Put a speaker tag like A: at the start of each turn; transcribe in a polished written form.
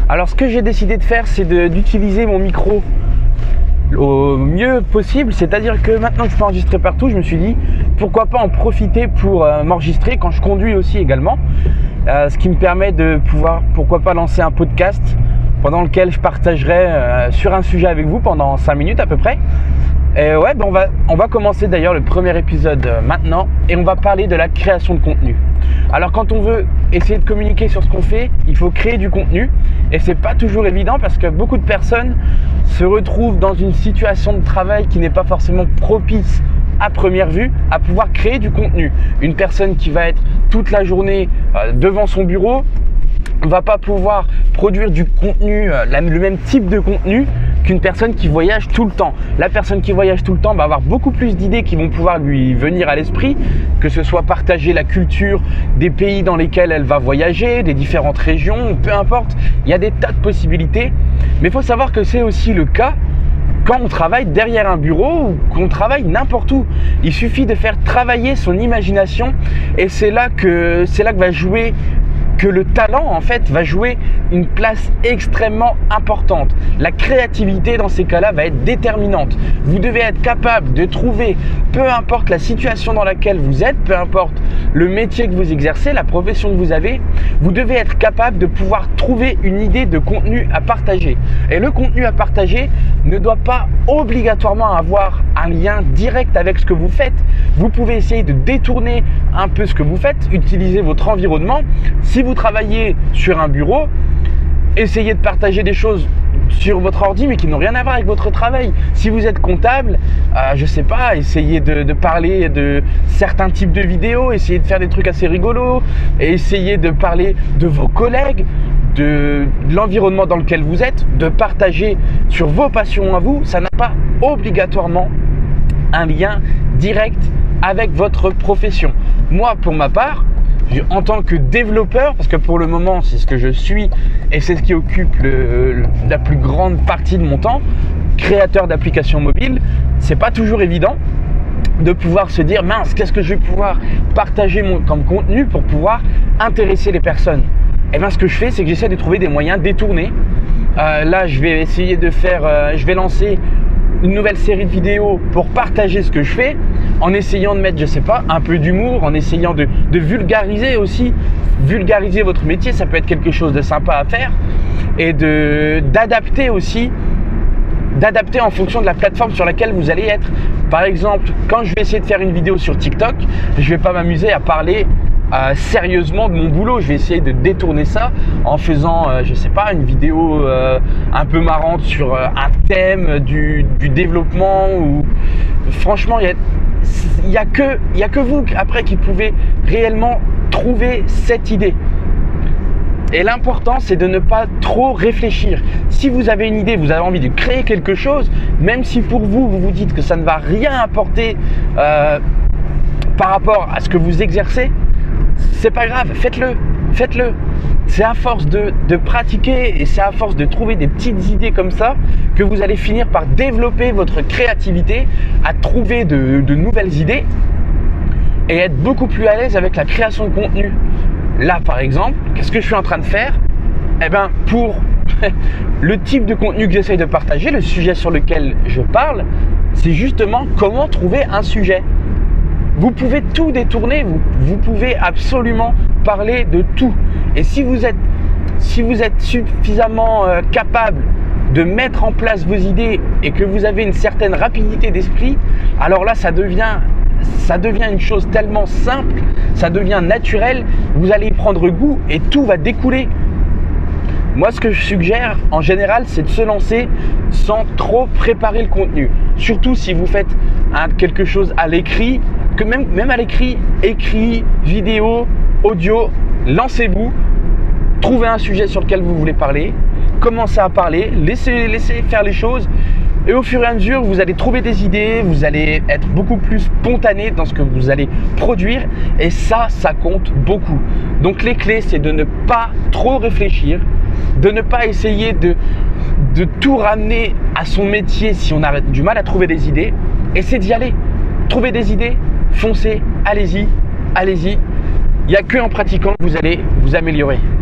A: Alors ce que j'ai décidé de faire, c'est d'utiliser mon micro au mieux possible, c'est-à-dire que maintenant que je peux enregistrer partout, je me suis dit pourquoi pas en profiter pour m'enregistrer quand je conduis aussi également, ce qui me permet de pouvoir pourquoi pas lancer un podcast pendant lequel je partagerai sur un sujet avec vous pendant 5 minutes à peu près. Et ouais, on va commencer d'ailleurs le premier épisode maintenant et on va parler de la création de contenu. Alors quand on veut essayer de communiquer sur ce qu'on fait, il faut créer du contenu et c'est pas toujours évident parce que beaucoup de personnes se retrouvent dans une situation de travail qui n'est pas forcément propice à première vue à pouvoir créer du contenu. Une personne qui va être toute la journée devant son bureau ne va pas pouvoir produire du contenu, le même type de contenu qu'une personne qui voyage tout le temps. La personne qui voyage tout le temps va avoir beaucoup plus d'idées qui vont pouvoir lui venir à l'esprit, que ce soit partager la culture des pays dans lesquels elle va voyager, des différentes régions, peu importe, il y a des tas de possibilités. Mais il faut savoir que c'est aussi le cas quand on travaille derrière un bureau ou qu'on travaille n'importe où. Il suffit de faire travailler son imagination et c'est là que va jouer que le talent en fait va jouer une place extrêmement importante. La créativité dans ces cas-là va être déterminante. Vous devez être capable de trouver, peu importe la situation dans laquelle vous êtes, peu importe le métier que vous exercez, la profession que vous avez, vous devez être capable de pouvoir trouver une idée de contenu à partager. Et le contenu à partager ne doit pas obligatoirement avoir un lien direct avec ce que vous faites. Vous pouvez essayer de détourner un peu ce que vous faites, utiliser votre environnement. Si vous travaillez sur un bureau, essayez de partager des choses sur votre ordi mais qui n'ont rien à voir avec votre travail. Si vous êtes comptable, je sais pas, essayez de parler de certains types de vidéos, essayez de faire des trucs assez rigolos, et essayez de parler de vos collègues, de l'environnement dans lequel vous êtes, de partager sur vos passions à vous. Ça n'a pas obligatoirement un lien direct avec votre profession. Moi, pour ma part, en tant que développeur, parce que pour le moment c'est ce que je suis et c'est ce qui occupe la plus grande partie de mon temps, créateur d'applications mobiles, c'est pas toujours évident de pouvoir se dire mince, qu'est-ce que je vais pouvoir partager comme contenu pour pouvoir intéresser les personnes. Et bien ce que je fais, c'est que j'essaie de trouver des moyens détournés. Là je vais essayer de faire, je vais lancer une nouvelle série de vidéos pour partager ce que je fais, en essayant de mettre, je sais pas, un peu d'humour, en essayant de vulgariser aussi. Vulgariser votre métier, ça peut être quelque chose de sympa à faire et d'adapter aussi, d'adapter en fonction de la plateforme sur laquelle vous allez être. Par exemple, quand je vais essayer de faire une vidéo sur TikTok, je vais pas m'amuser à parler sérieusement de mon boulot. Je vais essayer de détourner ça en faisant, je sais pas, une vidéo un peu marrante sur un thème du développement. Ou franchement, il y a que vous après qui pouvez réellement trouver cette idée. Et l'important, c'est de ne pas trop réfléchir. Si vous avez une idée, vous avez envie de créer quelque chose, même si pour vous vous dites que ça ne va rien apporter par rapport à ce que vous exercez, c'est pas grave, faites-le. C'est à force de pratiquer et c'est à force de trouver des petites idées comme ça que vous allez finir par développer votre créativité, à trouver de nouvelles idées et être beaucoup plus à l'aise avec la création de contenu. Là, par exemple, qu'est-ce que je suis en train de faire? Eh bien, pour le type de contenu que j'essaye de partager, le sujet sur lequel je parle, c'est justement comment trouver un sujet. Vous pouvez tout détourner, vous pouvez absolument parler de tout. Et si vous êtes suffisamment capable de mettre en place vos idées et que vous avez une certaine rapidité d'esprit, alors là ça devient une chose tellement simple, ça devient naturel, vous allez y prendre goût et tout va découler. Moi, ce que je suggère en général, c'est de se lancer sans trop préparer le contenu. Surtout si vous faites quelque chose à l'écrit, que même à l'écrit, écrit, vidéo, audio, lancez-vous, trouvez un sujet sur lequel vous voulez parler, commencez à parler, laissez faire les choses. Et au fur et à mesure, vous allez trouver des idées, vous allez être beaucoup plus spontané dans ce que vous allez produire. Et ça compte beaucoup. Donc les clés, c'est de ne pas trop réfléchir, de ne pas essayer de tout ramener à son métier si on a du mal à trouver des idées. Et c'est d'y aller. Trouvez des idées, foncez, allez-y. Il n'y a qu'en pratiquant que vous allez vous améliorer.